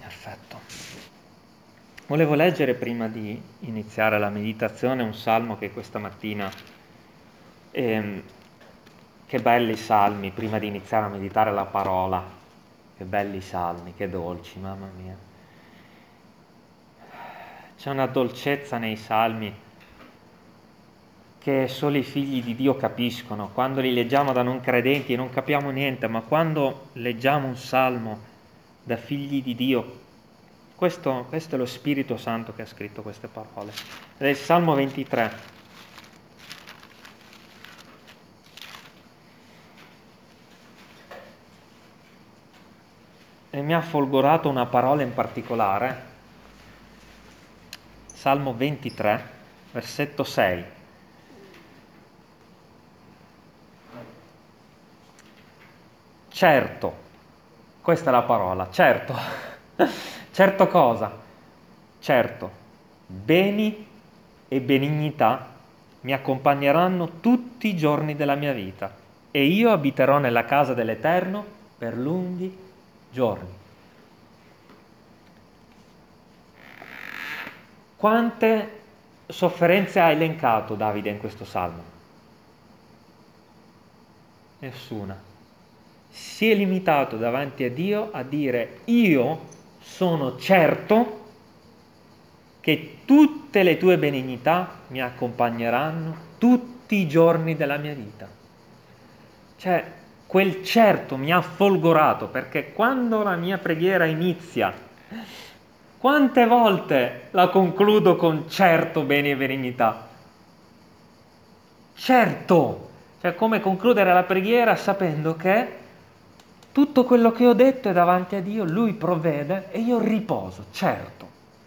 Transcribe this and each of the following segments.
Perfetto. Volevo leggere prima di iniziare la meditazione un salmo che questa mattina, che belli salmi, prima di iniziare a meditare la parola, che belli salmi, che dolci, mamma mia. C'è una dolcezza nei salmi che solo i figli di Dio capiscono. Quando li leggiamo da non credenti non capiamo niente, ma quando leggiamo un salmo da figli di Dio, questo è lo Spirito Santo che ha scritto queste parole. Ed è il Salmo 23. E mi ha folgorato una parola in particolare, Salmo 23, versetto 6. Certo, questa è la parola, certo. Certo cosa? Certo, beni e benignità mi accompagneranno tutti i giorni della mia vita e io abiterò nella casa dell'Eterno per lunghi giorni. Quante sofferenze ha elencato Davide in questo salmo? Nessuna. Si è limitato davanti a Dio a dire: io sono certo che tutte le tue benignità mi accompagneranno tutti i giorni della mia vita. Cioè, quel certo mi ha folgorato, perché quando la mia preghiera inizia, quante volte la concludo con certo beni e benignità? Certo! Cioè, come concludere la preghiera sapendo che tutto quello che ho detto è davanti a Dio, Lui provvede e io riposo, certo.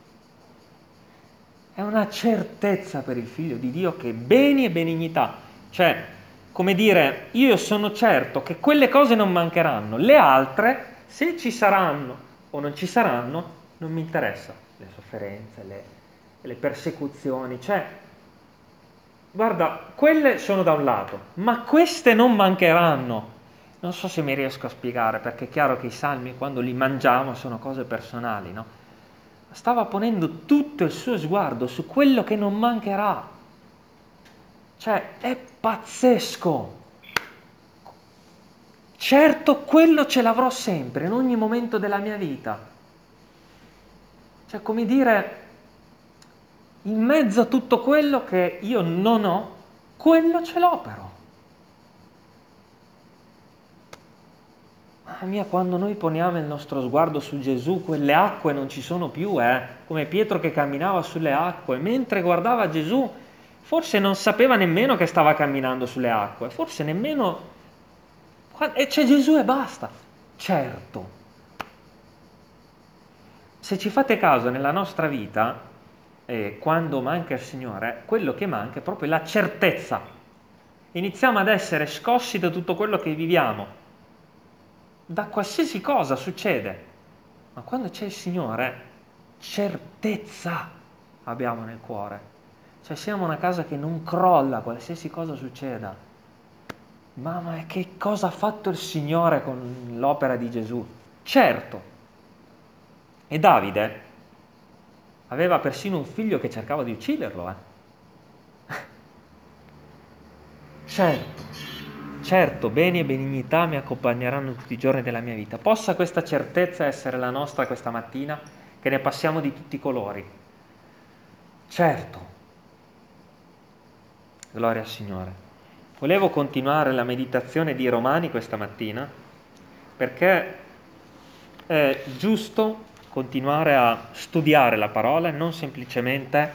È una certezza per il figlio di Dio che beni e benignità, cioè, come dire, io sono certo che quelle cose non mancheranno, le altre, se ci saranno o non ci saranno, non mi interessa, le sofferenze, le persecuzioni, cioè, guarda, quelle sono da un lato, ma queste non mancheranno. Non so se mi riesco a spiegare, perché è chiaro che i salmi, quando li mangiamo, sono cose personali, no? Stava ponendo tutto il suo sguardo su quello che non mancherà. Cioè, è pazzesco. Certo, quello ce l'avrò sempre, in ogni momento della mia vita. Cioè, come dire, in mezzo a tutto quello che io non ho, quello ce l'ho però. Mamma mia, quando noi poniamo il nostro sguardo su Gesù, quelle acque non ci sono più, come Pietro che camminava sulle acque, mentre guardava Gesù, forse non sapeva nemmeno che stava camminando sulle acque, forse nemmeno... E c'è Gesù e basta. Certo. Se ci fate caso nella nostra vita, quando manca il Signore, quello che manca è proprio la certezza. Iniziamo ad essere scossi da tutto quello che viviamo, da qualsiasi cosa succede, ma quando c'è il Signore, certezza abbiamo nel cuore. Cioè siamo una casa che non crolla qualsiasi cosa succeda. Ma che cosa ha fatto il Signore con l'opera di Gesù? Certo. E Davide aveva persino un figlio che cercava di ucciderlo. Certo. Certo, beni e benignità mi accompagneranno tutti i giorni della mia vita. Possa questa certezza essere la nostra questa mattina, che ne passiamo di tutti i colori. Certo. Gloria al Signore. Volevo continuare la meditazione di Romani questa mattina, perché è giusto continuare a studiare la parola e non semplicemente...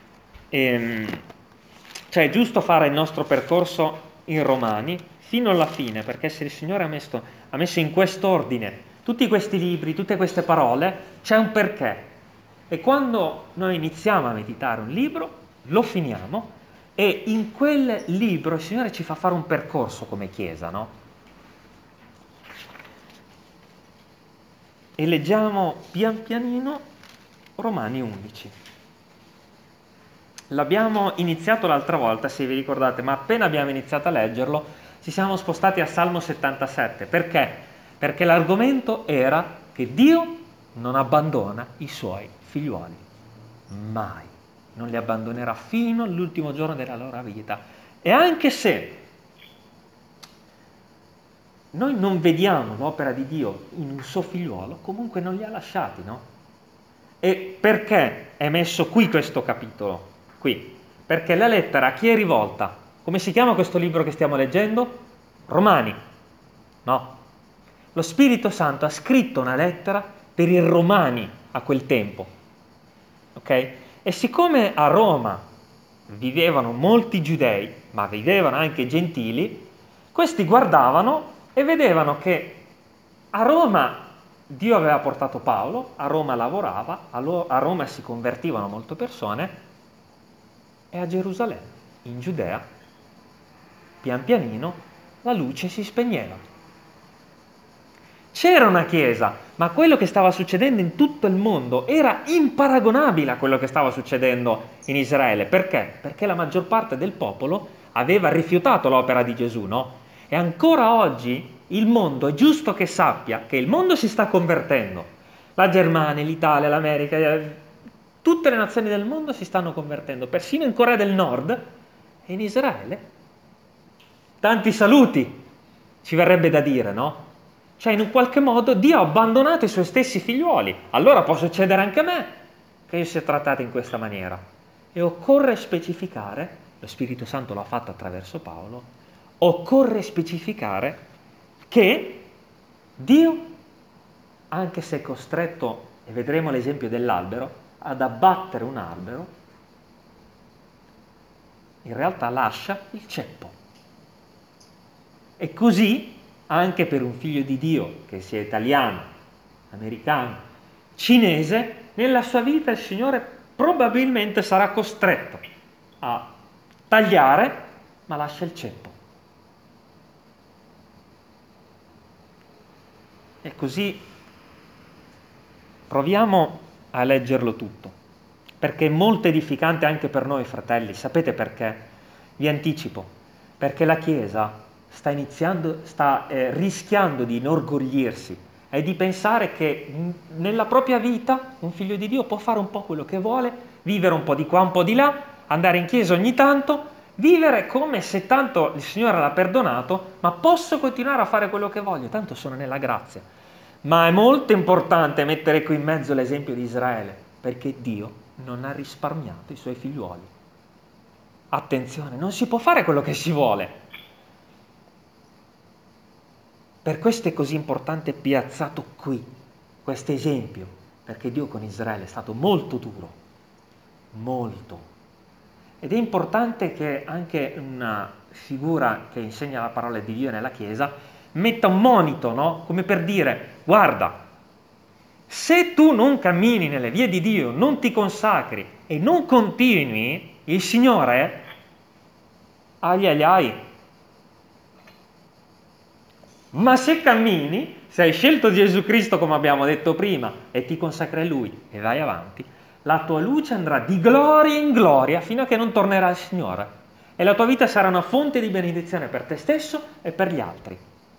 cioè è giusto fare il nostro percorso in Romani fino alla fine, perché se il Signore ha messo in quest'ordine tutti questi libri, tutte queste parole, c'è un perché. E quando noi iniziamo a meditare un libro, lo finiamo e in quel libro il Signore ci fa fare un percorso come Chiesa, no? E leggiamo pian pianino Romani 11. L'abbiamo iniziato l'altra volta, se vi ricordate, ma appena abbiamo iniziato a leggerlo ci siamo spostati a Salmo 77. Perché? Perché l'argomento era che Dio non abbandona i suoi figliuoli. Mai. Non li abbandonerà fino all'ultimo giorno della loro vita. E anche se noi non vediamo l'opera di Dio in un suo figliuolo, comunque non li ha lasciati, no? E perché è messo qui questo capitolo? Qui. Perché la lettera a chi è rivolta? Come si chiama questo libro che stiamo leggendo? Romani. No. Lo Spirito Santo ha scritto una lettera per i romani a quel tempo. Ok? E siccome a Roma vivevano molti giudei, ma vivevano anche gentili, questi guardavano e vedevano che a Roma Dio aveva portato Paolo, a Roma lavorava, a Roma si convertivano molte persone, e a Gerusalemme, in Giudea, pian pianino la luce si spegneva. C'era una chiesa, ma quello che stava succedendo in tutto il mondo era imparagonabile a quello che stava succedendo in Israele. Perché? Perché la maggior parte del popolo aveva rifiutato l'opera di Gesù, no? E ancora oggi il mondo è giusto che sappia che il mondo si sta convertendo. La Germania, l'Italia, l'America, tutte le nazioni del mondo si stanno convertendo, persino in Corea del Nord e in Israele. Tanti saluti, ci verrebbe da dire, no? Cioè, in un qualche modo Dio ha abbandonato i suoi stessi figliuoli. Allora può succedere anche a me che io sia trattato in questa maniera. E occorre specificare, lo Spirito Santo l'ha fatto attraverso Paolo, occorre specificare che Dio, anche se è costretto, e vedremo l'esempio dell'albero, ad abbattere un albero, in realtà lascia il ceppo. E così anche per un figlio di Dio, che sia italiano, americano, cinese, nella sua vita il Signore probabilmente sarà costretto a tagliare, ma lascia il ceppo. E così proviamo a leggerlo tutto, perché è molto edificante anche per noi, fratelli. Sapete perché? Vi anticipo, perché la Chiesa sta rischiando di inorgoglirsi e di pensare che nella propria vita un figlio di Dio può fare un po' quello che vuole, vivere un po' di qua, un po' di là, andare in chiesa ogni tanto, vivere come se tanto il Signore l'ha perdonato, ma posso continuare a fare quello che voglio, tanto sono nella grazia. Ma è molto importante mettere qui in mezzo l'esempio di Israele, perché Dio non ha risparmiato i suoi figliuoli. Attenzione, non si può fare quello che si vuole. Per questo è così importante piazzato qui, questo esempio, perché Dio con Israele è stato molto duro, molto. Ed è importante che anche una figura che insegna la parola di Dio nella Chiesa metta un monito, no? Come per dire, guarda, se tu non cammini nelle vie di Dio, non ti consacri e non continui, il Signore, agli ai. Ma se cammini, se hai scelto Gesù Cristo come abbiamo detto prima e ti consacri a Lui e vai avanti, la tua luce andrà di gloria in gloria fino a che non tornerà il Signore e la tua vita sarà una fonte di benedizione per te stesso e per gli altri.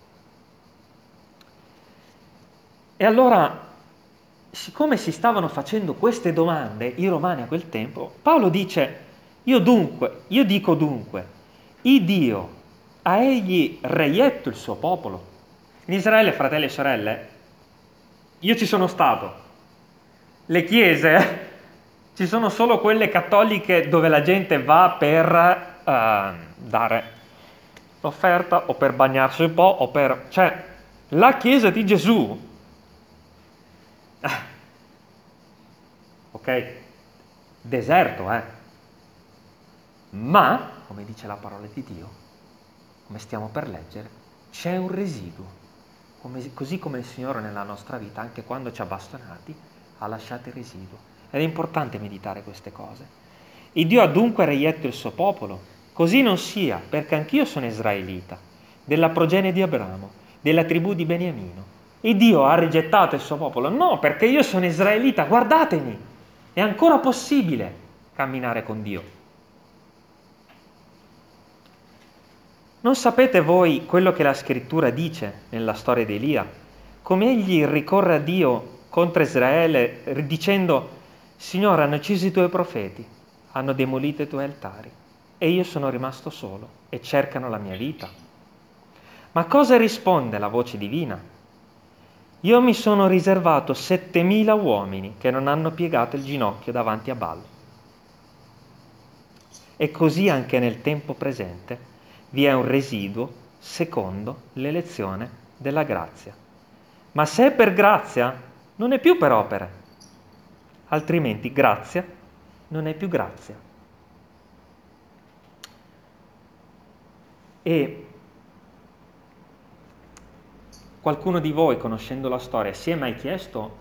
E allora, siccome si stavano facendo queste domande i romani a quel tempo, Paolo dice, io dico dunque, il Dio ha egli reietto il suo popolo? In Israele, fratelli e sorelle, io ci sono stato. Le chiese ci sono solo quelle cattoliche dove la gente va per dare l'offerta o per bagnarsi un po' o per... Cioè, la chiesa di Gesù, ok, deserto, ma, come dice la parola di Dio, come stiamo per leggere, c'è un residuo. Così come il Signore nella nostra vita, anche quando ci ha bastonati, ha lasciato il residuo. Ed è importante meditare queste cose. Il Dio ha dunque reietto il suo popolo, così non sia, perché anch'io sono israelita, della progenie di Abramo, della tribù di Beniamino. Il Dio ha rigettato il suo popolo? No, perché io sono israelita, guardatemi, è ancora possibile camminare con Dio. Non sapete voi quello che la scrittura dice nella storia di Elia? Come egli ricorre a Dio contro Israele dicendo: Signore, hanno ucciso i tuoi profeti, hanno demolito i tuoi altari e io sono rimasto solo e cercano la mia vita. Ma cosa risponde la voce divina? Io mi sono riservato 7.000 uomini che non hanno piegato il ginocchio davanti a Baal. E così anche nel tempo presente vi è un residuo secondo l'elezione della grazia. Ma se è per grazia, non è più per opere, altrimenti grazia non è più grazia. E qualcuno di voi, conoscendo la storia, si è mai chiesto: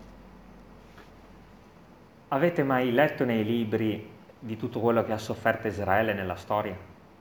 avete mai letto nei libri di tutto quello che ha sofferto Israele nella storia?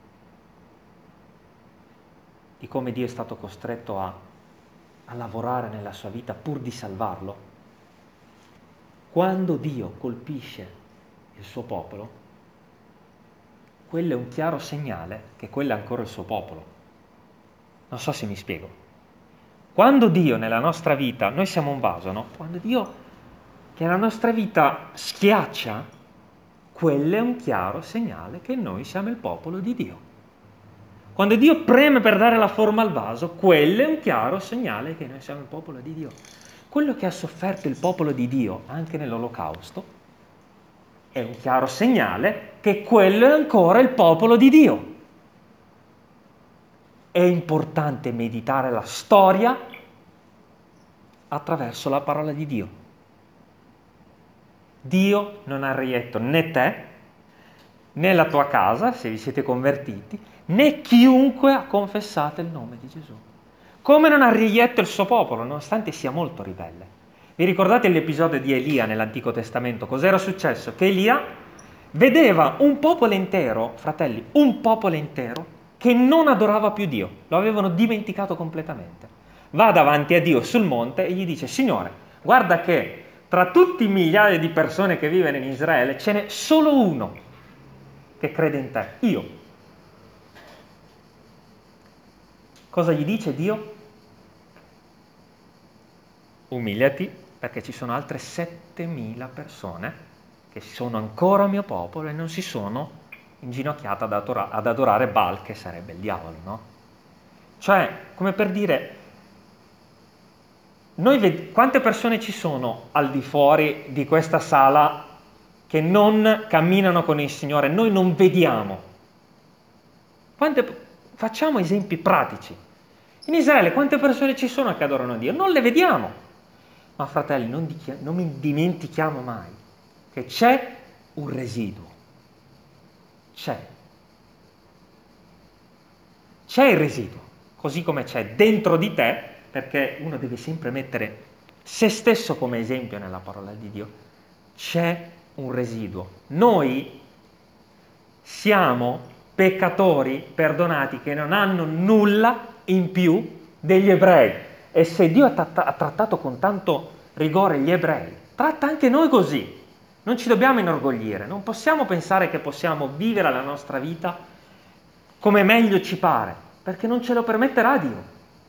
Di come Dio è stato costretto a lavorare nella sua vita pur di salvarlo? Quando Dio colpisce il suo popolo, quello è un chiaro segnale che quello è ancora il suo popolo. Non so se mi spiego. Quando Dio nella nostra vita, noi siamo un vaso, no? Quando Dio nella nostra vita schiaccia, quello è un chiaro segnale che noi siamo il popolo di Dio. Quando Dio preme per dare la forma al vaso, quello è un chiaro segnale che noi siamo il popolo di Dio. Quello che ha sofferto il popolo di Dio anche nell'Olocausto è un chiaro segnale che quello è ancora il popolo di Dio. È importante meditare la storia attraverso la parola di Dio. Dio non ha reietto né te, né la tua casa, se vi siete convertiti, né chiunque ha confessato il nome di Gesù. Come non ha reietto il suo popolo, nonostante sia molto ribelle. Vi ricordate l'episodio di Elia nell'Antico Testamento? Cos'era successo? Che Elia vedeva un popolo intero, fratelli, un popolo intero, che non adorava più Dio, lo avevano dimenticato completamente. Va davanti a Dio sul monte e gli dice: Signore, guarda che tra tutti i migliaia di persone che vivono in Israele ce n'è solo uno che crede in te, io. Cosa gli dice Dio? Umiliati, perché ci sono altre 7.000 persone che sono ancora mio popolo e non si sono inginocchiate ad adorare Baal, che sarebbe il diavolo, no? Cioè, come per dire, quante persone ci sono al di fuori di questa sala che non camminano con il Signore, noi non vediamo? Facciamo esempi pratici. In Israele quante persone ci sono che adorano Dio? Non le vediamo. Ma fratelli, non dimentichiamo mai che c'è un residuo. C'è il residuo, così come c'è dentro di te, perché uno deve sempre mettere se stesso come esempio nella parola di Dio. C'è un residuo. Noi siamo peccatori perdonati che non hanno nulla in più degli ebrei. E se Dio ha trattato con tanto rigore gli ebrei, tratta anche noi così. Non ci dobbiamo inorgoglire, non possiamo pensare che possiamo vivere la nostra vita come meglio ci pare, perché non ce lo permetterà Dio.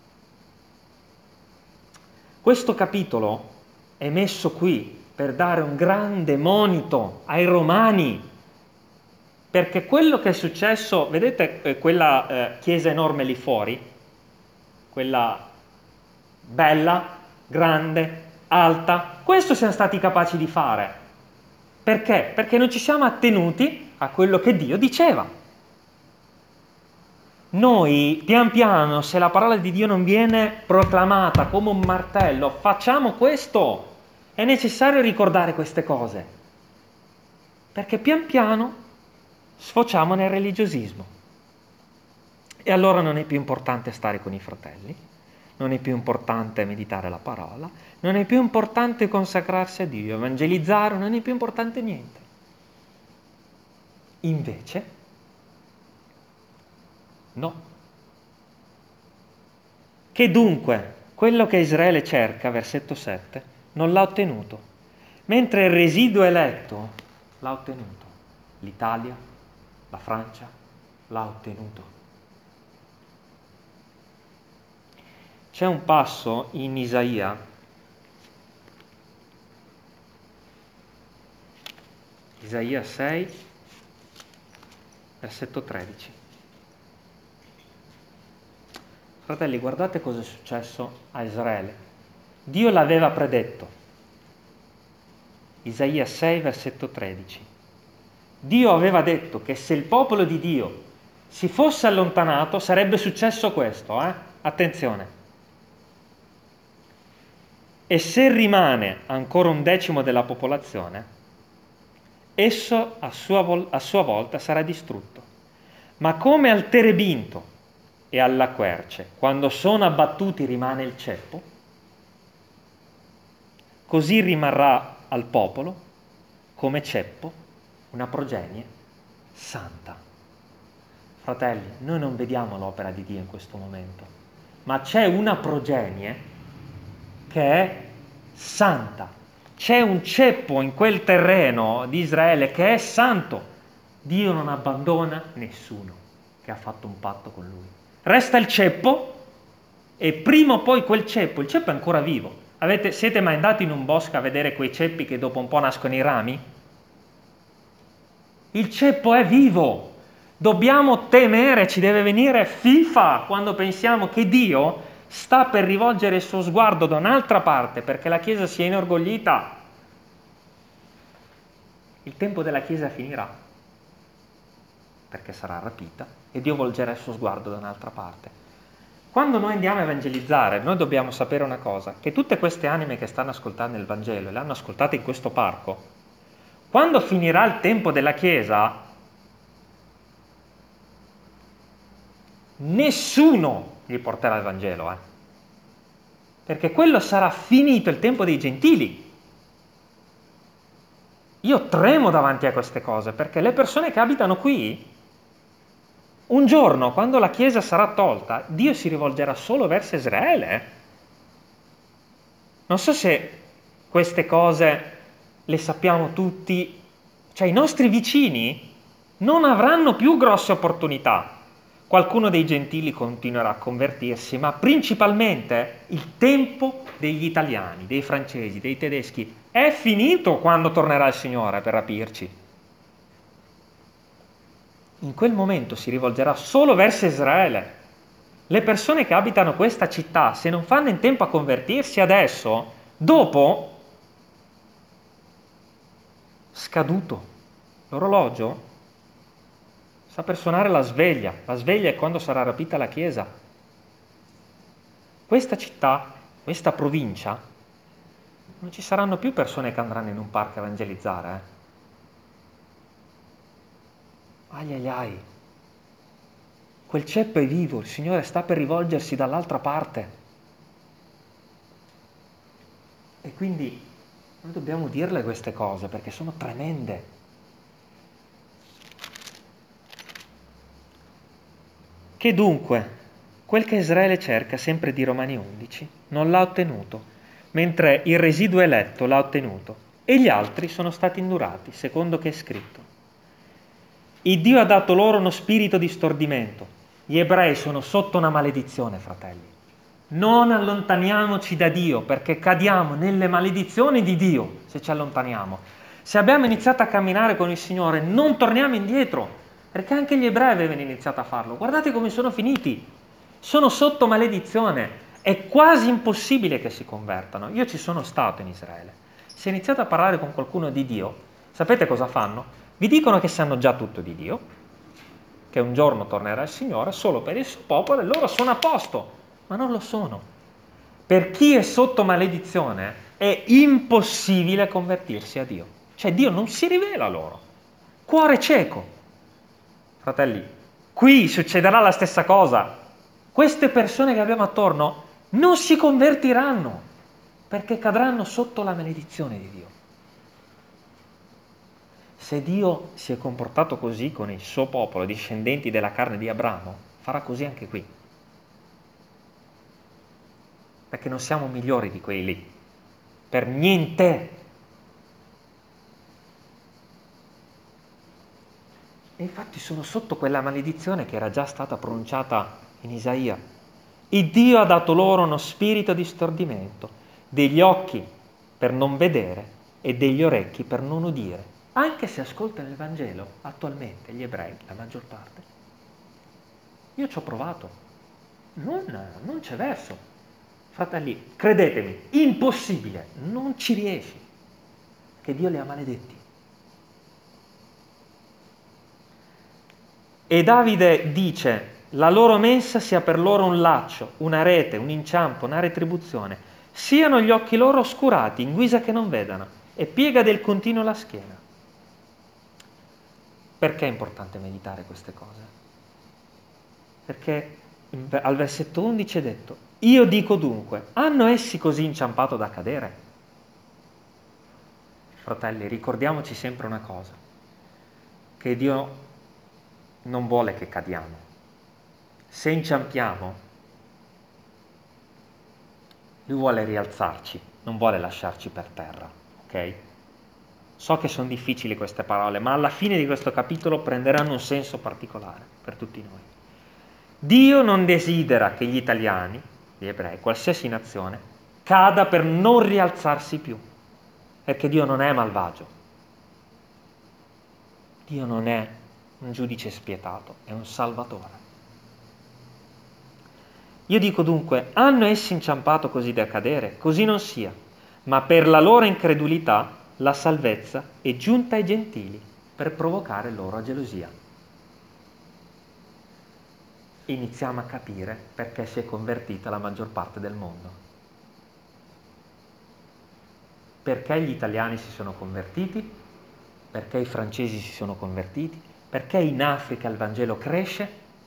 Questo capitolo è messo qui per dare un grande monito ai romani, perché quello che è successo, vedete quella chiesa enorme lì fuori, quella bella, grande, alta, questo siamo stati capaci di fare. Perché? Perché non ci siamo attenuti a quello che Dio diceva. Noi, pian piano, se la parola di Dio non viene proclamata come un martello, facciamo questo. È necessario ricordare queste cose, perché pian piano sfociamo nel religiosismo. E allora non è più importante stare con i fratelli, non è più importante meditare la parola, non è più importante consacrarsi a Dio, evangelizzare, non è più importante niente. Invece, no. Che dunque quello che Israele cerca, versetto 7, non l'ha ottenuto, mentre il residuo eletto l'ha ottenuto. L'Italia, la Francia, l'ha ottenuto. C'è un passo in Isaia Isaia 6, versetto 13. Fratelli, guardate cosa è successo a Israele. Dio l'aveva predetto. Isaia 6, versetto 13. Dio aveva detto che se il popolo di Dio si fosse allontanato sarebbe successo questo, Attenzione. E se rimane ancora un decimo della popolazione, esso a sua volta sarà distrutto. Ma come al terebinto e alla querce, quando sono abbattuti rimane il ceppo, così rimarrà al popolo come ceppo una progenie santa. Fratelli, noi non vediamo l'opera di Dio in questo momento, ma c'è una progenie che è santa. C'è un ceppo in quel terreno di Israele che è santo. Dio non abbandona nessuno che ha fatto un patto con lui. Resta il ceppo e prima o poi quel ceppo, il ceppo è ancora vivo. Siete mai andati in un bosco a vedere quei ceppi che dopo un po' nascono i rami? Il ceppo è vivo. Dobbiamo temere, ci deve venire fifa quando pensiamo che Dio sta per rivolgere il suo sguardo da un'altra parte perché la Chiesa si è inorgoglita. Il tempo della Chiesa finirà perché sarà rapita e Dio volgerà il suo sguardo da un'altra parte. Quando noi andiamo a evangelizzare, noi dobbiamo sapere una cosa, che tutte queste anime che stanno ascoltando il Vangelo e l'hanno ascoltato in questo parco, quando finirà il tempo della Chiesa, nessuno gli porterà il Vangelo, perché quello sarà finito il tempo dei gentili. Io tremo davanti a queste cose, perché le persone che abitano qui, un giorno, quando la Chiesa sarà tolta, Dio si rivolgerà solo verso Israele. Non so se queste cose le sappiamo tutti, cioè i nostri vicini non avranno più grosse opportunità. Qualcuno dei gentili continuerà a convertirsi, ma principalmente il tempo degli italiani, dei francesi, dei tedeschi è finito quando tornerà il Signore per rapirci. In quel momento si rivolgerà solo verso Israele. Le persone che abitano questa città, se non fanno in tempo a convertirsi adesso, dopo, scaduto l'orologio, sta per suonare la sveglia è quando sarà rapita la Chiesa. Questa città, questa provincia, non ci saranno più persone che andranno in un parco a evangelizzare. Ai ai ai. Quel ceppo è vivo, il Signore sta per rivolgersi dall'altra parte. E quindi noi dobbiamo dirle queste cose perché sono tremende. Che dunque, quel che Israele cerca, sempre di Romani 11, non l'ha ottenuto, mentre il residuo eletto l'ha ottenuto, e gli altri sono stati indurati, secondo che è scritto. Il Dio ha dato loro uno spirito di stordimento. Gli ebrei sono sotto una maledizione, fratelli. Non allontaniamoci da Dio, perché cadiamo nelle maledizioni di Dio se ci allontaniamo. Se abbiamo iniziato a camminare con il Signore, non torniamo indietro, perché anche gli ebrei avevano iniziato a farlo. Guardate come sono finiti. Sono sotto maledizione. È quasi impossibile che si convertano. Io ci sono stato in Israele. Se iniziate a parlare con qualcuno di Dio, sapete cosa fanno? Vi dicono che sanno già tutto di Dio, che un giorno tornerà il Signore solo per il suo popolo e loro sono a posto, ma non lo sono. Per chi è sotto maledizione è impossibile convertirsi a Dio. Cioè Dio non si rivela loro. Cuore cieco. Fratelli, qui succederà la stessa cosa. Queste persone che abbiamo attorno non si convertiranno perché cadranno sotto la maledizione di Dio. Se Dio si è comportato così con il suo popolo, discendenti della carne di Abramo, farà così anche qui. Perché non siamo migliori di quelli lì. Per niente. E infatti sono sotto quella maledizione che era già stata pronunciata in Isaia. Il Dio ha dato loro uno spirito di stordimento, degli occhi per non vedere e degli orecchi per non udire, anche se ascoltano il Vangelo attualmente, gli ebrei, la maggior parte, io ci ho provato, non c'è verso. Fratelli, credetemi, impossibile, non ci riesci, che Dio li ha maledetti. E Davide dice, la loro mensa sia per loro un laccio, una rete, un inciampo, una retribuzione, siano gli occhi loro oscurati in guisa che non vedano, e piega del continuo la schiena. Perché è importante meditare queste cose? Perché al versetto 11 è detto, io dico dunque, hanno essi così inciampato da cadere? Fratelli, ricordiamoci sempre una cosa, che Dio non vuole che cadiamo. Se inciampiamo, Lui vuole rialzarci, non vuole lasciarci per terra, ok? So che sono difficili queste parole, ma alla fine di questo capitolo prenderanno un senso particolare per tutti noi. Dio non desidera che gli italiani, gli ebrei, qualsiasi nazione, cada per non rialzarsi più, perché Dio non è malvagio. Dio non è un giudice spietato, è un salvatore. Io dico dunque, hanno essi inciampato così da cadere? Così non sia, ma per la loro incredulità la salvezza è giunta ai gentili per provocare loro a gelosia. Iniziamo a capire perché si è convertita la maggior parte del mondo. Perché gli italiani si sono convertiti? Perché i francesi si sono convertiti? Perché in Africa il Vangelo cresce?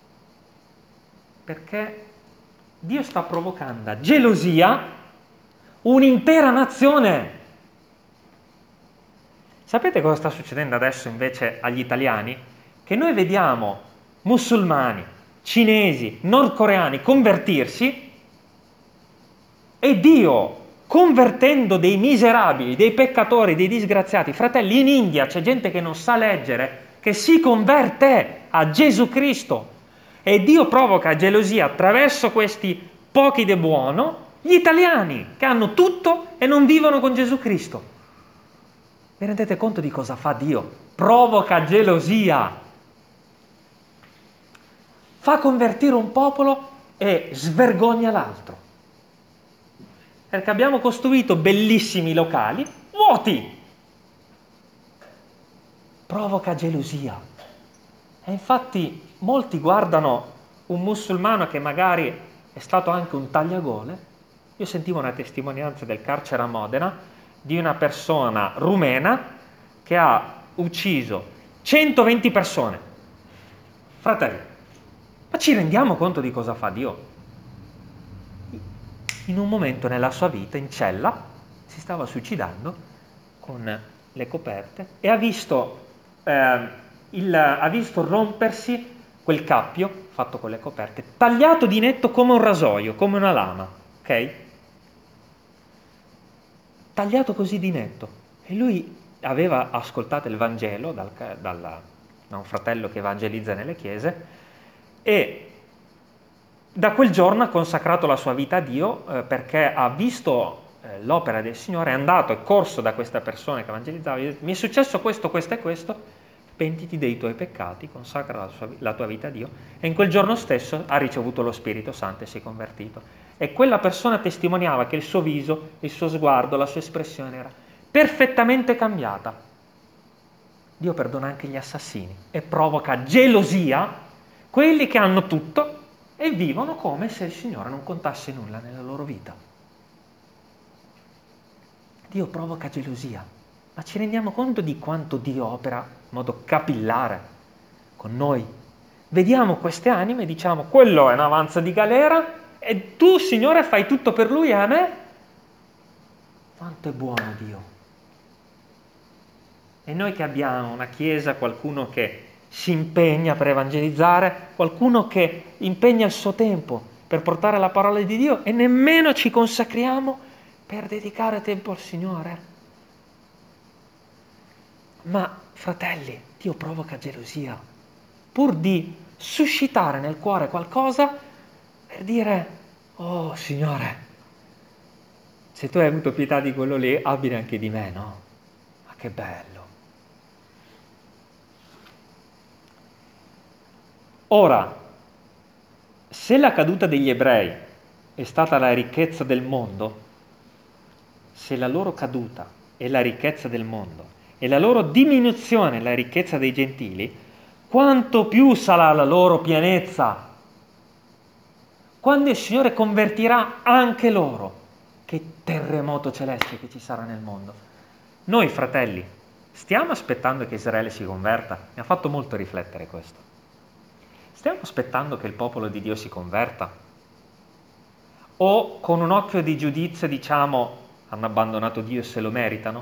Perché Dio sta provocando a gelosia un'intera nazione. Sapete cosa sta succedendo adesso invece agli italiani? Che noi vediamo musulmani, cinesi, nordcoreani convertirsi e Dio, convertendo dei miserabili, dei peccatori, dei disgraziati, fratelli, in India c'è gente che non sa leggere, che si converte a Gesù Cristo e Dio provoca gelosia attraverso questi pochi de buono, gli italiani che hanno tutto e non vivono con Gesù Cristo. Vi rendete conto di cosa fa Dio? Provoca gelosia. Fa convertire un popolo e svergogna l'altro. Perché abbiamo costruito bellissimi locali vuoti. Provoca gelosia. E infatti molti guardano un musulmano che magari è stato anche un tagliagole. Io sentivo una testimonianza del carcere a Modena di una persona rumena che ha ucciso 120 persone. Fratelli, ma ci rendiamo conto di cosa fa Dio? In un momento nella sua vita, in cella, si stava suicidando con le coperte e ha visto rompersi quel cappio fatto con le coperte, tagliato di netto come un rasoio, come una lama, ok? Tagliato così di netto. E lui aveva ascoltato il Vangelo da un fratello che evangelizza nelle chiese e da quel giorno ha consacrato la sua vita a Dio perché ha visto l'opera del Signore, è andato, è corso da questa persona che evangelizzava, mi è successo questo, questo e questo, pentiti dei tuoi peccati, consacra la tua vita a Dio, e in quel giorno stesso ha ricevuto lo Spirito Santo e si è convertito. E quella persona testimoniava che il suo viso, il suo sguardo, la sua espressione era perfettamente cambiata. Dio perdona anche gli assassini e provoca gelosia quelli che hanno tutto e vivono come se il Signore non contasse nulla nella loro vita. Dio provoca gelosia, ma ci rendiamo conto di quanto Dio opera in modo capillare con noi? Vediamo queste anime e diciamo, quello è un avanzo di galera e tu, Signore, fai tutto per lui e a me? Quanto è buono Dio! E noi che abbiamo una chiesa, qualcuno che si impegna per evangelizzare, qualcuno che impegna il suo tempo per portare la parola di Dio e nemmeno ci consacriamo per dedicare tempo al Signore. Ma, fratelli, Dio provoca gelosia, pur di suscitare nel cuore qualcosa per dire, oh Signore, se tu hai avuto pietà di quello lì, abbi anche di me, no? Ma che bello! Ora, se la caduta degli ebrei è stata la ricchezza del mondo, se la loro caduta è la ricchezza del mondo e la loro diminuzione è la ricchezza dei gentili, quanto più sarà la loro pienezza quando il Signore convertirà anche loro. Che terremoto celeste che ci sarà nel mondo. Noi, fratelli, stiamo aspettando che Israele si converta? Mi ha fatto molto riflettere questo. Stiamo aspettando che il popolo di Dio si converta? O con un occhio di giudizio diciamo hanno abbandonato Dio e se lo meritano?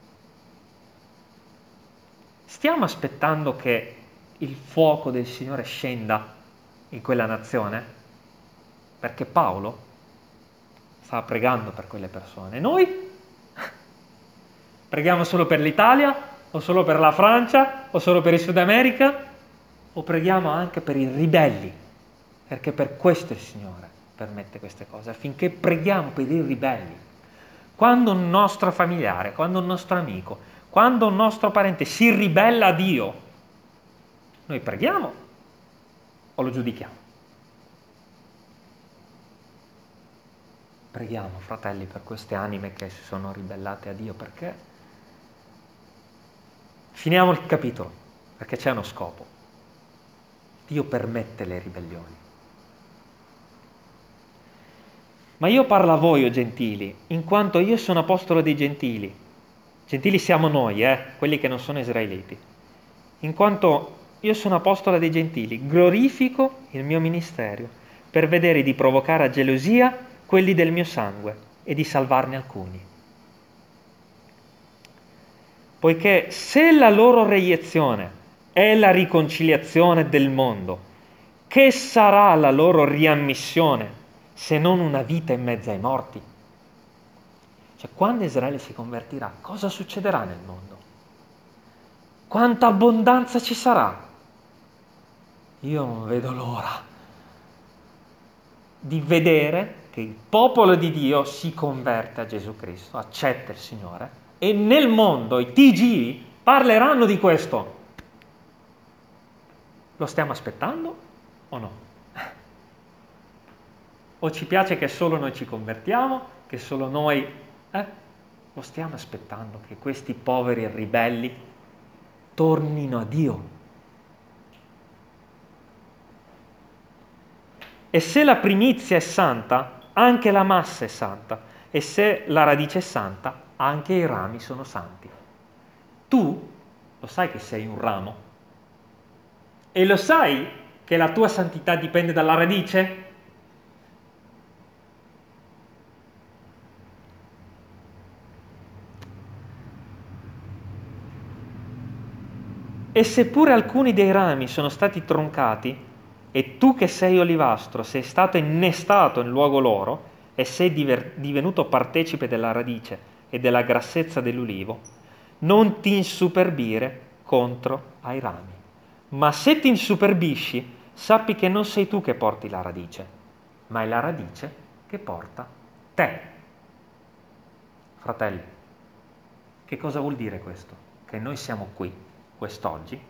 Stiamo aspettando che il fuoco del Signore scenda in quella nazione? Perché Paolo stava pregando per quelle persone. Noi preghiamo solo per l'Italia, o solo per la Francia, o solo per il Sud America, o preghiamo anche per i ribelli, perché per questo il Signore permette queste cose, affinché preghiamo per i ribelli. Quando un nostro familiare, quando un nostro amico, quando un nostro parente si ribella a Dio, noi preghiamo o lo giudichiamo? Preghiamo, fratelli, per queste anime che si sono ribellate a Dio, perché finiamo il capitolo, perché c'è uno scopo. Dio permette le ribellioni. Ma io parlo a voi, o gentili, in quanto io sono apostolo dei gentili. Gentili siamo noi, quelli che non sono israeliti. In quanto io sono apostolo dei gentili, glorifico il mio ministero per vedere di provocare a gelosia quelli del mio sangue e di salvarne alcuni. Poiché se la loro reiezione è la riconciliazione del mondo, che sarà la loro riammissione se non una vita in mezzo ai morti? Cioè, quando Israele si convertirà, cosa succederà nel mondo? Quanta abbondanza ci sarà? Io non vedo l'ora di vedere che il popolo di Dio si converte a Gesù Cristo, accetta il Signore, e nel mondo i TG parleranno di questo. Lo stiamo aspettando o no? O ci piace che solo noi ci convertiamo, che solo noi... Lo stiamo aspettando che questi poveri ribelli tornino a Dio. E se la primizia è santa, anche la massa è santa. E se la radice è santa, anche i rami sono santi. Tu lo sai che sei un ramo? E lo sai che la tua santità dipende dalla radice? E seppure alcuni dei rami sono stati troncati, e tu che sei olivastro sei stato innestato in luogo loro, e sei divenuto partecipe della radice e della grassezza dell'ulivo, non ti insuperbire contro ai rami. Ma se ti insuperbisci, sappi che non sei tu che porti la radice, ma è la radice che porta te. Fratelli, che cosa vuol dire questo? Che noi siamo qui quest'oggi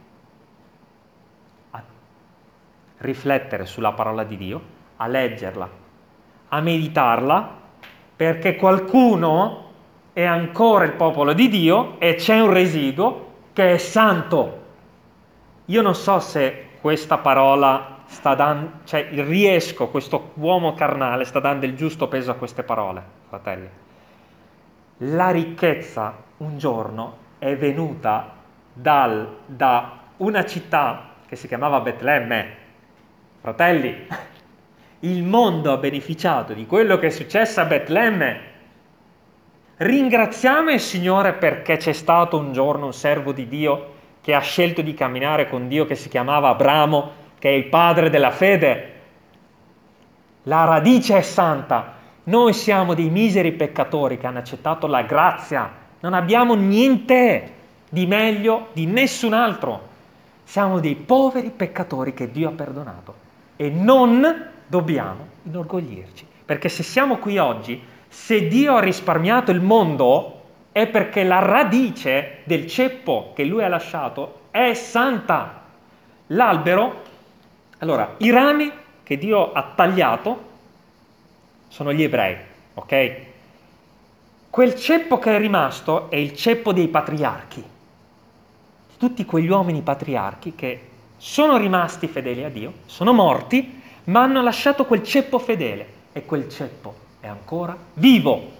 a riflettere sulla parola di Dio, a leggerla, a meditarla, perché qualcuno è ancora il popolo di Dio e c'è un residuo che è santo. Io non so se questa parola sta dando, cioè riesco, questo uomo carnale sta dando il giusto peso a queste parole, fratelli. La ricchezza un giorno è venuta da una città che si chiamava Betlemme. Fratelli, il mondo ha beneficiato di quello che è successo a Betlemme. Ringraziamo il Signore perché c'è stato un giorno un servo di Dio che ha scelto di camminare con Dio, che si chiamava Abramo, che è il padre della fede. La radice è santa. Noi siamo dei miseri peccatori che hanno accettato la grazia. Non abbiamo niente di meglio di nessun altro. Siamo dei poveri peccatori che Dio ha perdonato e non dobbiamo inorgoglirci, perché se siamo qui oggi, se Dio ha risparmiato il mondo, è perché la radice del ceppo che Lui ha lasciato è santa. L'albero Allora, i rami che Dio ha tagliato sono gli ebrei, ok? Quel ceppo che è rimasto è il ceppo dei patriarchi, tutti quegli uomini patriarchi che sono rimasti fedeli a Dio, sono morti, ma hanno lasciato quel ceppo fedele e quel ceppo è ancora vivo.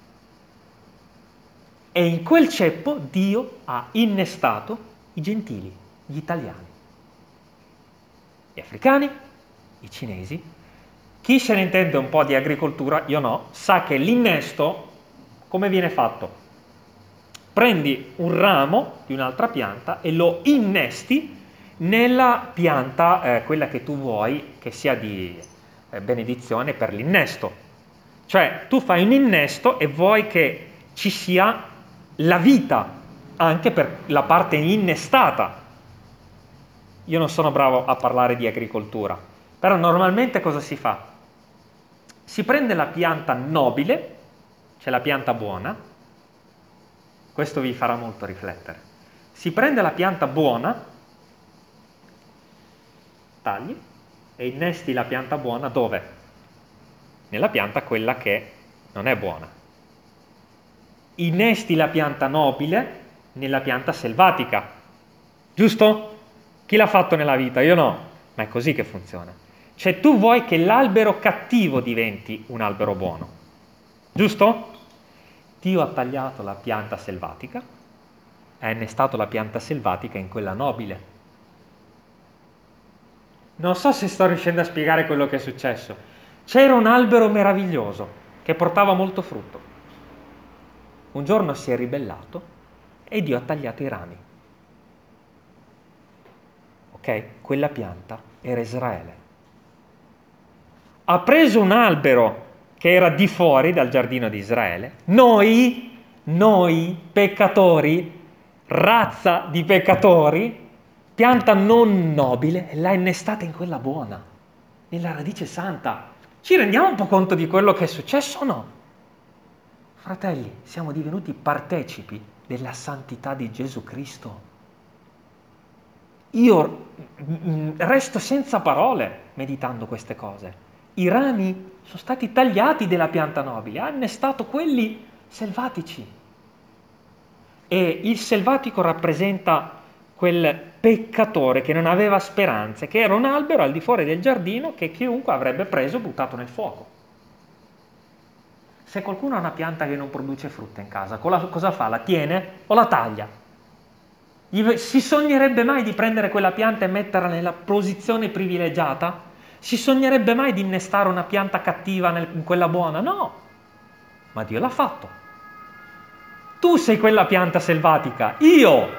E in quel ceppo Dio ha innestato i gentili, gli italiani, gli africani, i cinesi. Chi se ne intende un po' di agricoltura, io no, sa che l'innesto come viene fatto? Prendi un ramo di un'altra pianta e lo innesti nella pianta, quella che tu vuoi che sia di benedizione per l'innesto. Cioè tu fai un innesto e vuoi che ci sia la vita anche per la parte innestata. Io non sono bravo a parlare di agricoltura, però normalmente cosa si fa? Si prende la pianta nobile, cioè la pianta buona, questo vi farà molto riflettere. Si prende la pianta buona, tagli e innesti la pianta buona dove? Nella pianta quella che non è buona. Innesti la pianta nobile nella pianta selvatica, giusto? Chi l'ha fatto nella vita? Io no, ma è così che funziona. Cioè tu vuoi che l'albero cattivo diventi un albero buono, giusto? Dio ha tagliato la pianta selvatica, ha innestato la pianta selvatica in quella nobile. Non so se sto riuscendo a spiegare quello che è successo. C'era un albero meraviglioso che portava molto frutto. Un giorno si è ribellato e Dio ha tagliato i rami. Ok? Quella pianta era Israele. Ha preso un albero che era di fuori dal giardino di Israele. Noi peccatori, razza di peccatori, pianta non nobile, e l'ha innestata in quella buona, nella radice santa. Ci rendiamo un po' conto di quello che è successo o no? Fratelli, siamo divenuti partecipi della santità di Gesù Cristo. Io resto senza parole meditando queste cose. I rami sono stati tagliati della pianta nobile, ha innestato quelli selvatici. E il selvatico rappresenta quel peccatore che non aveva speranze, che era un albero al di fuori del giardino che chiunque avrebbe preso e buttato nel fuoco. Se qualcuno ha una pianta che non produce frutta in casa, cosa fa? La tiene o la taglia? Si sognerebbe mai di prendere quella pianta e metterla nella posizione privilegiata? Si sognerebbe mai di innestare una pianta cattiva in quella buona? No, ma Dio l'ha fatto. Tu sei quella pianta selvatica, io!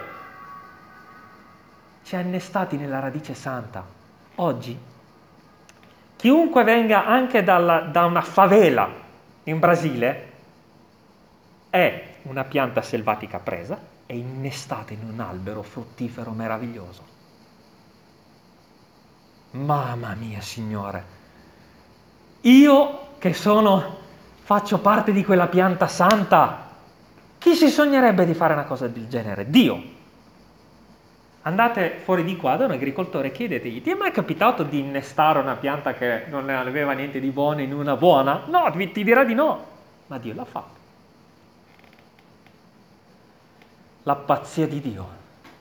Ci ha innestati nella radice santa. Oggi, chiunque venga anche da una favela in Brasile è una pianta selvatica presa e innestata in un albero fruttifero meraviglioso. Mamma mia, Signore, io che faccio parte di quella pianta santa, chi si sognerebbe di fare una cosa del genere? Dio. Andate fuori di qua da un agricoltore e chiedetegli, ti è mai capitato di innestare una pianta che non aveva niente di buono in una buona? No, ti dirà di no, ma Dio l'ha fatto. La pazzia di Dio.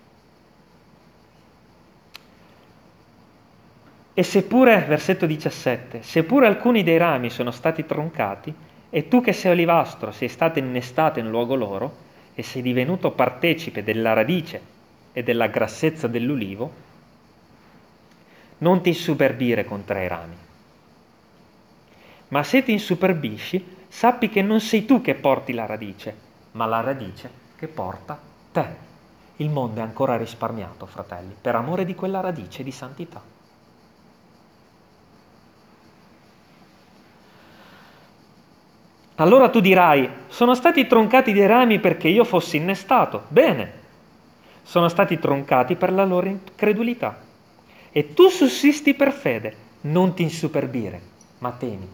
E seppure, versetto 17, seppure alcuni dei rami sono stati troncati, e tu che sei olivastro sei stato innestato in luogo loro, e sei divenuto partecipe della radice e della grassezza dell'ulivo, non ti insuperbire contro i rami. Ma se ti insuperbisci, sappi che non sei tu che porti la radice, ma la radice che porta te. Il mondo è ancora risparmiato, fratelli, per amore di quella radice di santità. Allora tu dirai, sono stati troncati dei rami perché io fossi innestato. Bene, sono stati troncati per la loro incredulità. E tu sussisti per fede, non ti insuperbire, ma temi.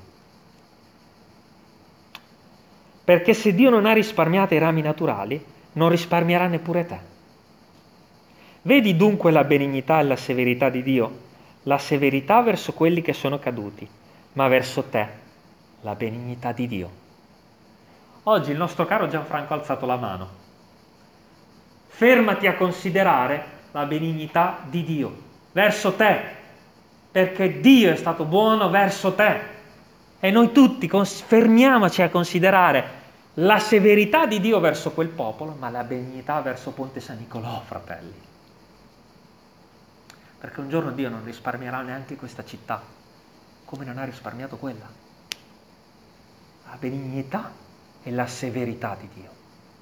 Perché se Dio non ha risparmiato i rami naturali, non risparmierà neppure te. Vedi dunque la benignità e la severità di Dio. la severità verso quelli che sono caduti, ma verso te la benignità di Dio. Oggi il nostro caro Gianfranco ha alzato la mano. Fermati a considerare la benignità di Dio verso te, perché Dio è stato buono verso te. E noi tutti fermiamoci a considerare la severità di Dio verso quel popolo, ma la benignità verso Ponte San Nicolò, fratelli. Perché un giorno Dio non risparmierà neanche questa città, come non ha risparmiato quella. La benignità e la severità di Dio.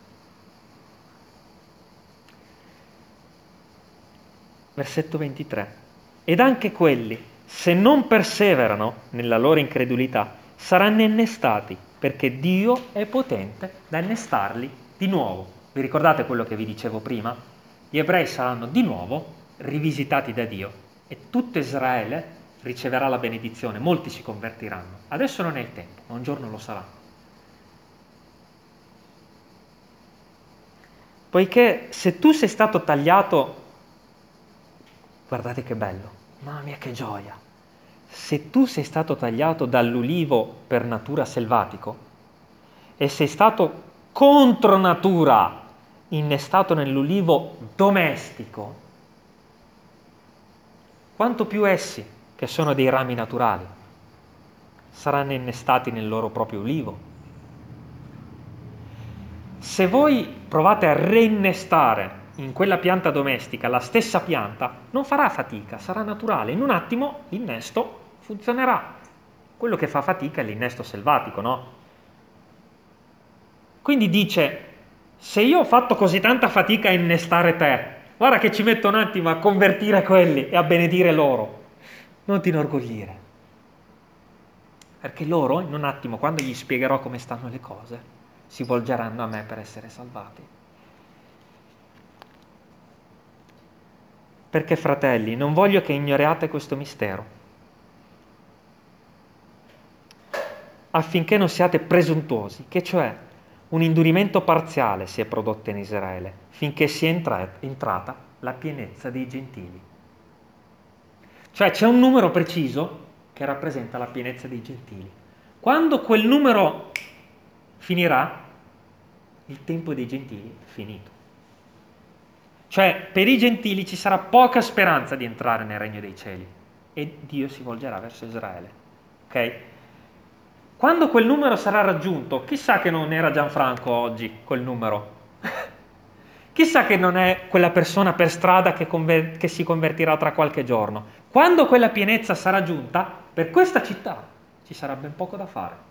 Versetto 23. Ed anche quelli, se non perseverano nella loro incredulità, saranno innestati, perché Dio è potente da innestarli di nuovo. Vi ricordate quello che vi dicevo prima? Gli ebrei saranno di nuovo rivisitati da Dio e tutto Israele riceverà la benedizione, molti si convertiranno. Adesso non è il tempo, ma un giorno lo sarà. Poiché se tu sei stato tagliato, guardate che bello, mamma mia che gioia, se tu sei stato tagliato dall'ulivo per natura selvatico e sei stato contro natura innestato nell'ulivo domestico, quanto più essi, che sono dei rami naturali, saranno innestati nel loro proprio ulivo. Se voi provate a reinnestare in quella pianta domestica la stessa pianta, non farà fatica, sarà naturale. In un attimo l'innesto funzionerà. Quello che fa fatica è l'innesto selvatico, no? Quindi dice, se io ho fatto così tanta fatica a innestare te, guarda che ci metto un attimo a convertire quelli e a benedire loro. Non ti inorgoglire. Perché loro, in un attimo, quando gli spiegherò come stanno le cose, si volgeranno a me per essere salvati. Perché, fratelli, non voglio che ignoriate questo mistero, affinché non siate presuntuosi, che cioè un indurimento parziale si è prodotto in Israele, finché sia entrata la pienezza dei gentili. Cioè c'è un numero preciso che rappresenta la pienezza dei gentili. Quando quel numero finirà, il tempo dei gentili è finito. Cioè, per i gentili ci sarà poca speranza di entrare nel regno dei cieli e Dio si volgerà verso Israele. Ok? Quando quel numero sarà raggiunto, chissà che non era Gianfranco oggi quel numero. Chissà che non è quella persona per strada che si convertirà tra qualche giorno. Quando quella pienezza sarà giunta, per questa città ci sarà ben poco da fare.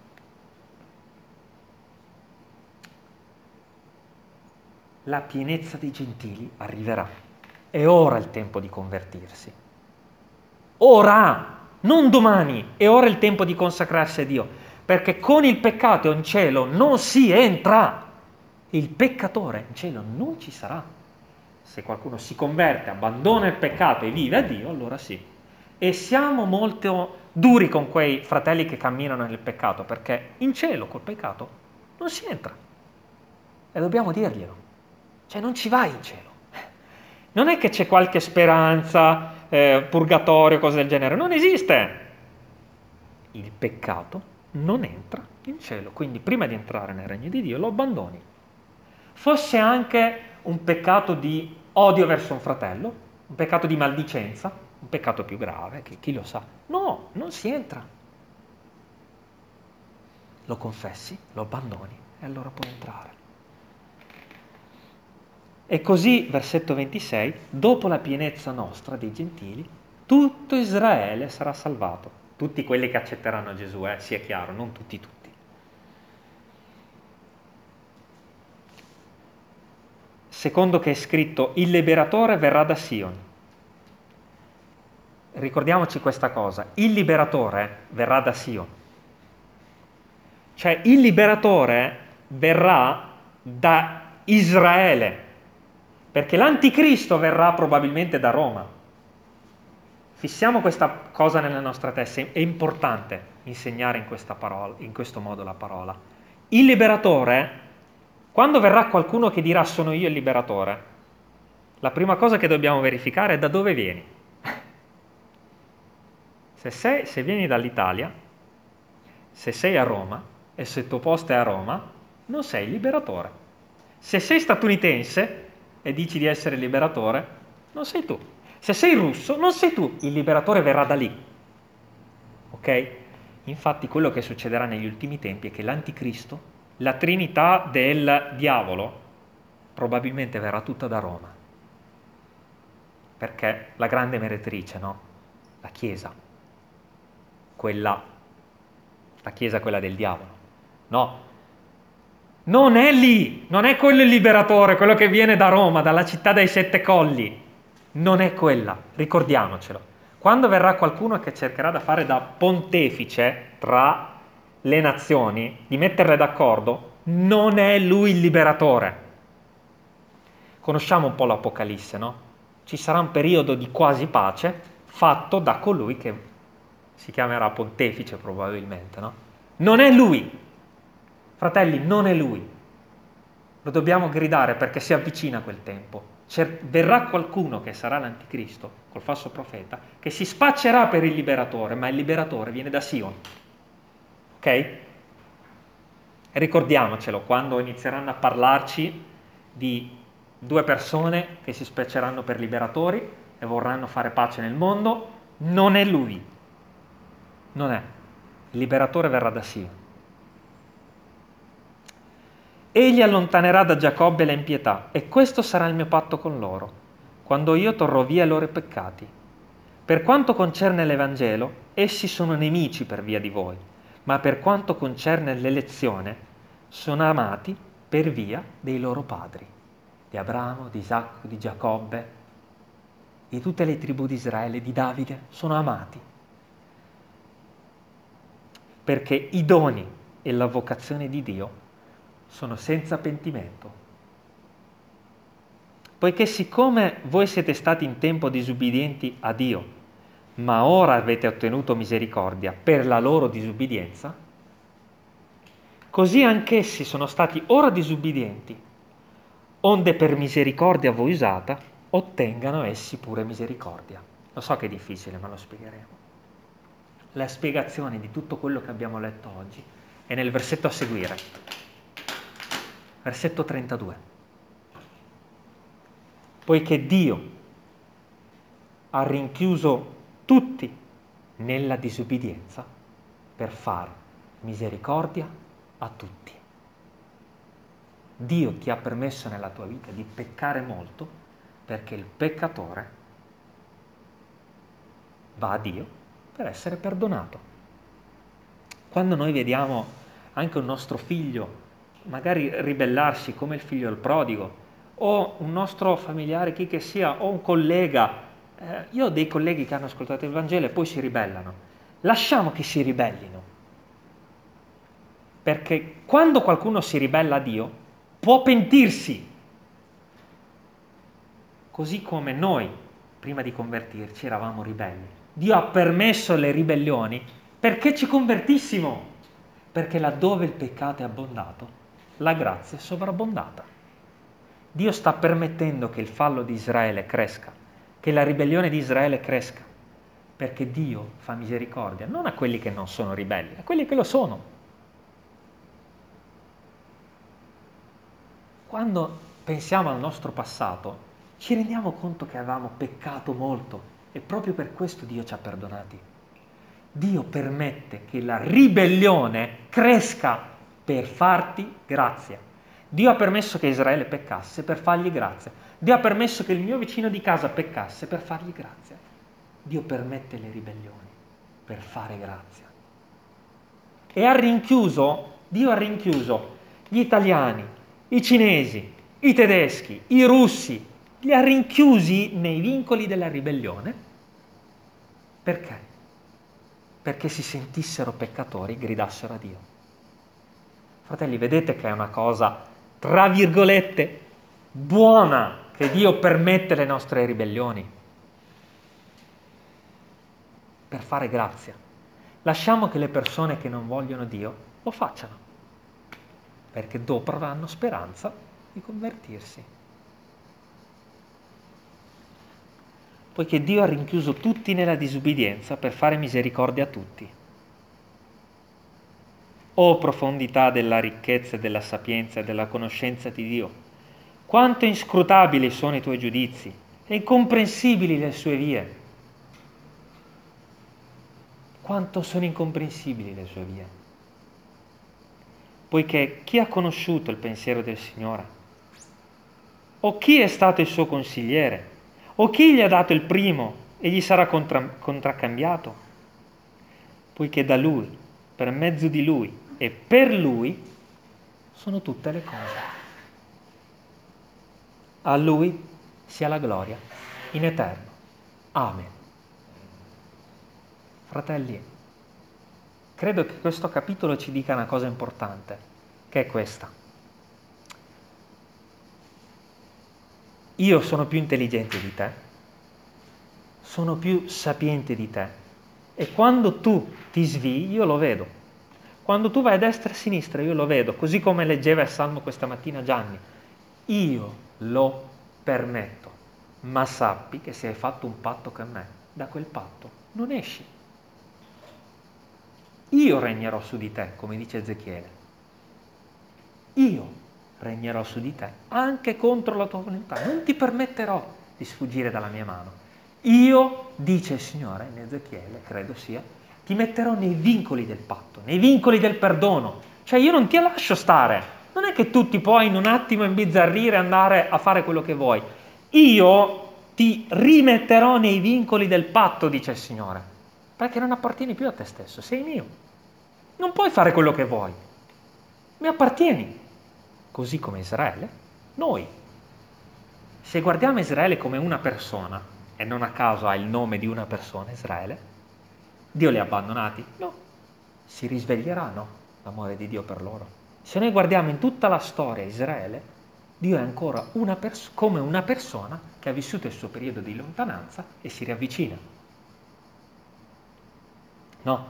La pienezza dei gentili arriverà. È ora il tempo di convertirsi. Ora, non domani, è ora il tempo di consacrarsi a Dio, perché con il peccato in cielo non si entra. Il peccatore in cielo non ci sarà. Se qualcuno si converte, abbandona il peccato e vive a Dio, allora sì. E siamo molto duri con quei fratelli che camminano nel peccato, perché in cielo col peccato non si entra. E dobbiamo dirglielo. Cioè non ci vai in cielo. Non è che c'è qualche speranza, purgatorio, cose del genere. Non esiste. Il peccato non entra in cielo. Quindi prima di entrare nel regno di Dio lo abbandoni. Fosse anche un peccato di odio verso un fratello, un peccato di maldicenza, un peccato più grave, che chi lo sa. No, non si entra. Lo confessi, lo abbandoni e allora puoi entrare. E così, versetto 26, dopo la pienezza nostra dei gentili, tutto Israele sarà salvato. Tutti quelli che accetteranno Gesù, sia chiaro, non tutti. Secondo che è scritto, il liberatore verrà da Sion. Ricordiamoci questa cosa, il liberatore verrà da Sion. Cioè il liberatore verrà da Israele. Perché l'anticristo verrà probabilmente da Roma. Fissiamo questa cosa nella nostra testa, è importante insegnare in questo modo la parola. Il liberatore, quando verrà qualcuno che dirà sono io il liberatore, la prima cosa che dobbiamo verificare è da dove vieni. Se vieni dall'Italia, se sei a Roma e se il tuo posto è a Roma, non sei liberatore. Se sei statunitense e dici di essere liberatore, non sei tu. Se sei russo, non sei tu. Il liberatore verrà da lì. Ok? Infatti quello che succederà negli ultimi tempi è che l'anticristo, la trinità del diavolo, probabilmente verrà tutta da Roma. Perché la grande meretrice, no? La Chiesa, la Chiesa quella del diavolo. No, non è lì, non è quello il liberatore, quello che viene da Roma, dalla città dei sette colli. Non è quella, ricordiamocelo. Quando verrà qualcuno che cercherà da fare da pontefice tra le nazioni, di metterle d'accordo, non è lui il liberatore. Conosciamo un po' l'Apocalisse, no? Ci sarà un periodo di quasi pace fatto da colui che si chiamerà pontefice probabilmente, no? Non è lui, fratelli, non è lui. Lo dobbiamo gridare perché si avvicina quel tempo. Verrà qualcuno che sarà l'anticristo, col falso profeta, che si spaccerà per il liberatore, ma il liberatore viene da Sion. Ok? E ricordiamocelo, quando inizieranno a parlarci di due persone che si spacceranno per liberatori e vorranno fare pace nel mondo, non è lui. Non è. Il liberatore verrà da Sion. Egli allontanerà da Giacobbe la impietà, e questo sarà il mio patto con loro, quando io torrò via i loro peccati. Per quanto concerne l'Evangelo, essi sono nemici per via di voi, ma per quanto concerne l'elezione, sono amati per via dei loro padri, di Abramo, di Isacco, di Giacobbe, di tutte le tribù di Israele, di Davide, sono amati. Perché i doni e la vocazione di Dio sono senza pentimento. Poiché siccome voi siete stati in tempo disubbidienti a Dio, ma ora avete ottenuto misericordia per la loro disubbidienza, così anch'essi sono stati ora disubbidienti, onde per misericordia voi usata, ottengano essi pure misericordia. Lo so che è difficile, ma lo spiegheremo. La spiegazione di tutto quello che abbiamo letto oggi è nel versetto a seguire, versetto 32. Poiché Dio ha rinchiuso tutti nella disubbidienza per fare misericordia a tutti. Dio ti ha permesso nella tua vita di peccare molto perché il peccatore va a Dio per essere perdonato. Quando noi vediamo anche un nostro figlio magari ribellarsi come il figlio del prodigo, o un nostro familiare, chi che sia, o un collega, io ho dei colleghi che hanno ascoltato il Vangelo e poi si ribellano. Lasciamo che si ribellino, perché quando qualcuno si ribella a Dio può pentirsi, così come noi prima di convertirci eravamo ribelli. Dio ha permesso le ribellioni perché ci convertissimo, perché laddove il peccato è abbondato, la grazia è sovrabbondata. Dio sta permettendo che il fallo di Israele cresca, che la ribellione di Israele cresca, perché Dio fa misericordia non a quelli che non sono ribelli, a quelli che lo sono. Quando pensiamo al nostro passato, ci rendiamo conto che avevamo peccato molto e proprio per questo Dio ci ha perdonati. Dio permette che la ribellione cresca per farti grazia. Dio ha permesso che Israele peccasse per fargli grazia. Dio ha permesso che il mio vicino di casa peccasse per fargli grazia. Dio permette le ribellioni per fare grazia. E Dio ha rinchiuso gli italiani, i cinesi, i tedeschi, i russi, li ha rinchiusi nei vincoli della ribellione. Perché? Perché si sentissero peccatori e gridassero a Dio. Fratelli, vedete che è una cosa, tra virgolette, buona che Dio permette le nostre ribellioni per fare grazia. Lasciamo che le persone che non vogliono Dio lo facciano, perché dopo avranno speranza di convertirsi. poiché Dio ha rinchiuso tutti nella disubbidienza per fare misericordia a tutti. O profondità della ricchezza e della sapienza e della conoscenza di Dio, quanto inscrutabili sono i tuoi giudizi e incomprensibili le sue vie. Quanto sono incomprensibili le sue vie. Poiché chi ha conosciuto il pensiero del Signore? O chi è stato il suo consigliere? O chi gli ha dato il primo e gli sarà contraccambiato? Poiché da Lui, per mezzo di Lui e per Lui sono tutte le cose. A Lui sia la gloria in eterno. Amen. Fratelli, credo che questo capitolo ci dica una cosa importante, che è questa. Io sono più intelligente di te, sono più sapiente di te, e quando tu ti svii io lo vedo. Quando tu vai a destra e a sinistra io lo vedo, così come leggeva il Salmo questa mattina Gianni. Io lo permetto, ma sappi che se hai fatto un patto con me, da quel patto non esci. Io regnerò su di te, come dice Ezechiele. Io regnerò su di te, anche contro la tua volontà. Non ti permetterò di sfuggire dalla mia mano. Io, dice il Signore in Ezechiele, credo sia, ti metterò nei vincoli del patto, nei vincoli del perdono. Cioè io non ti lascio stare. Non è che tu ti puoi in un attimo imbizzarrire e andare a fare quello che vuoi. Io ti rimetterò nei vincoli del patto, dice il Signore, perché non appartieni più a te stesso, sei mio. Non puoi fare quello che vuoi. Mi appartieni. Così come Israele, noi. Se guardiamo Israele come una persona, e non a caso ha il nome di una persona, Israele, Dio li ha abbandonati? No. Si risveglieranno l'amore di Dio per loro. Se noi guardiamo in tutta la storia Israele, Dio è ancora come una persona che ha vissuto il suo periodo di lontananza e si riavvicina. No.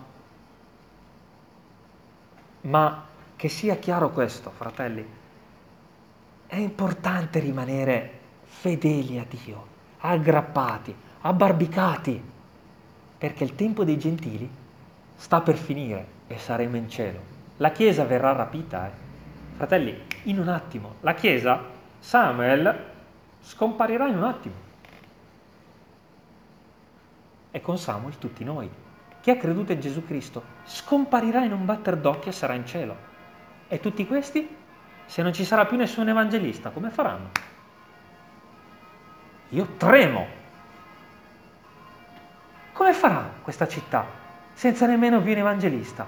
Ma che sia chiaro questo, fratelli, è importante rimanere fedeli a Dio, aggrappati, abbarbicati, perché il tempo dei gentili sta per finire e saremo in cielo. La Chiesa verrà rapita, Fratelli, in un attimo. La Chiesa, Samuel, scomparirà in un attimo. E con Samuel tutti noi. Chi ha creduto in Gesù Cristo scomparirà in un batter d'occhio e sarà in cielo. E tutti questi, se non ci sarà più nessun evangelista, come faranno? Io tremo. Come farà questa città senza nemmeno più un evangelista?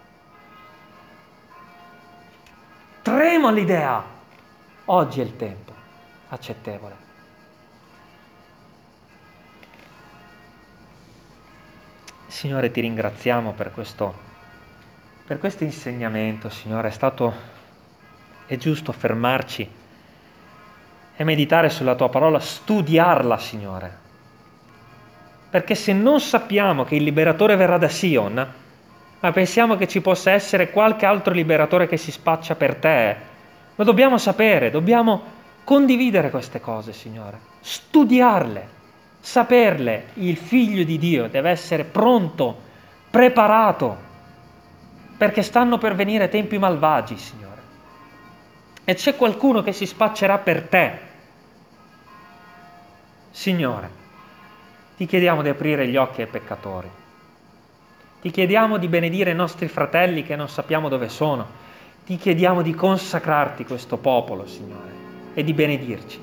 Tremo all'idea. Oggi è il tempo accettevole. Signore, ti ringraziamo per questo insegnamento, Signore. È giusto fermarci e meditare sulla tua parola, studiarla, Signore. Perché se non sappiamo che il liberatore verrà da Sion, ma pensiamo che ci possa essere qualche altro liberatore che si spaccia per te, ma dobbiamo sapere, dobbiamo condividere queste cose, Signore, studiarle, saperle. Il Figlio di Dio deve essere pronto, preparato, perché stanno per venire tempi malvagi, Signore. E c'è qualcuno che si spaccerà per te. Signore, ti chiediamo di aprire gli occhi ai peccatori. Ti chiediamo di benedire i nostri fratelli che non sappiamo dove sono. Ti chiediamo di consacrarti questo popolo, Signore, e di benedirci.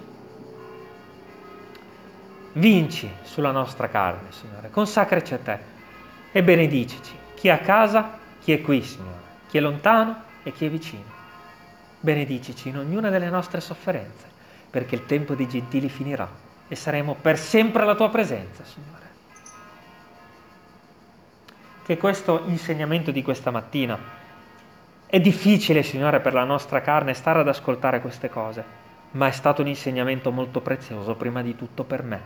Vinci sulla nostra carne, Signore. Consacraci a te e benedicici. Chi è a casa, chi è qui, Signore. Chi è lontano e chi è vicino. Benedicici in ognuna delle nostre sofferenze, perché il tempo dei gentili finirà e saremo per sempre alla tua presenza, Signore. Che questo insegnamento di questa mattina è difficile, Signore, per la nostra carne stare ad ascoltare queste cose, ma è stato un insegnamento molto prezioso, prima di tutto per me.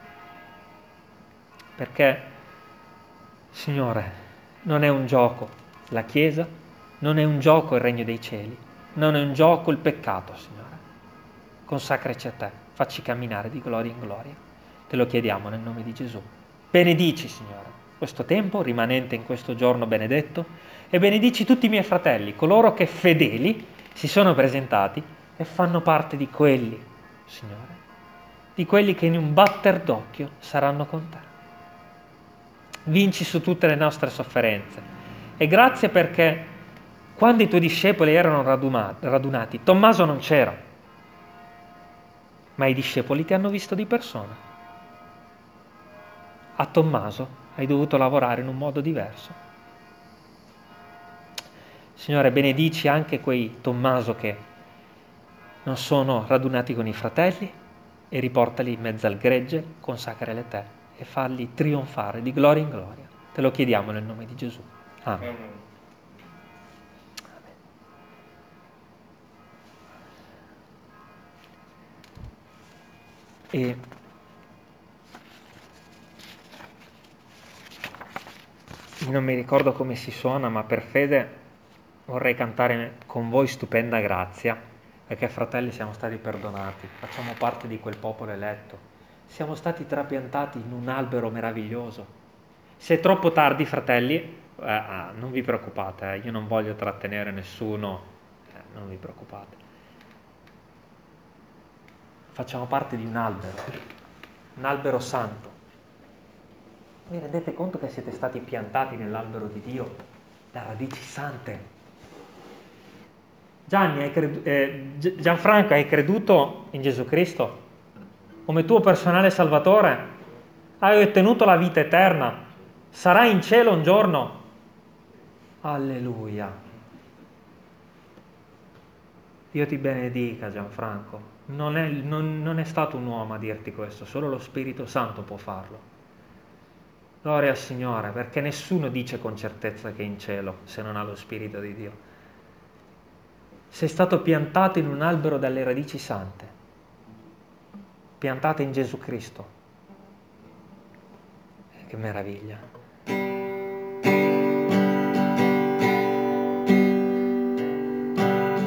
Perché, Signore, non è un gioco la Chiesa, non è un gioco il regno dei cieli, non è un gioco il peccato, Signore. Consacraci a te, facci camminare di gloria in gloria. Te lo chiediamo nel nome di Gesù. Benedici, Signore, questo tempo rimanente in questo giorno benedetto e benedici tutti i miei fratelli, coloro che fedeli si sono presentati e fanno parte di quelli, Signore, di quelli che in un batter d'occhio saranno con te. Vinci su tutte le nostre sofferenze e grazie perché quando i tuoi discepoli erano radunati, Tommaso non c'era, ma i discepoli ti hanno visto di persona. A Tommaso hai dovuto lavorare in un modo diverso. Signore, benedici anche quei Tommaso che non sono radunati con i fratelli e riportali in mezzo al gregge, consacrali a te e farli trionfare di gloria in gloria. Te lo chiediamo nel nome di Gesù. Amen. E non mi ricordo come si suona, ma per fede vorrei cantare con voi Stupenda Grazia, perché fratelli siamo stati perdonati, facciamo parte di quel popolo eletto, siamo stati trapiantati in un albero meraviglioso. Se è troppo tardi, fratelli, non vi preoccupate, io non voglio trattenere nessuno, non vi preoccupate. Facciamo parte di un albero santo. Vi rendete conto che siete stati piantati nell'albero di Dio da radici sante? Gianfranco, hai creduto in Gesù Cristo come tuo personale salvatore? Hai ottenuto la vita eterna? Sarai in cielo un giorno? Alleluia. Dio ti benedica, Gianfranco. Non è stato un uomo a dirti questo, solo lo Spirito Santo può farlo. Gloria al Signore, perché nessuno dice con certezza che è in cielo se non ha lo Spirito di Dio. Sei stato piantato in un albero dalle radici sante, piantate in Gesù Cristo. Che meraviglia.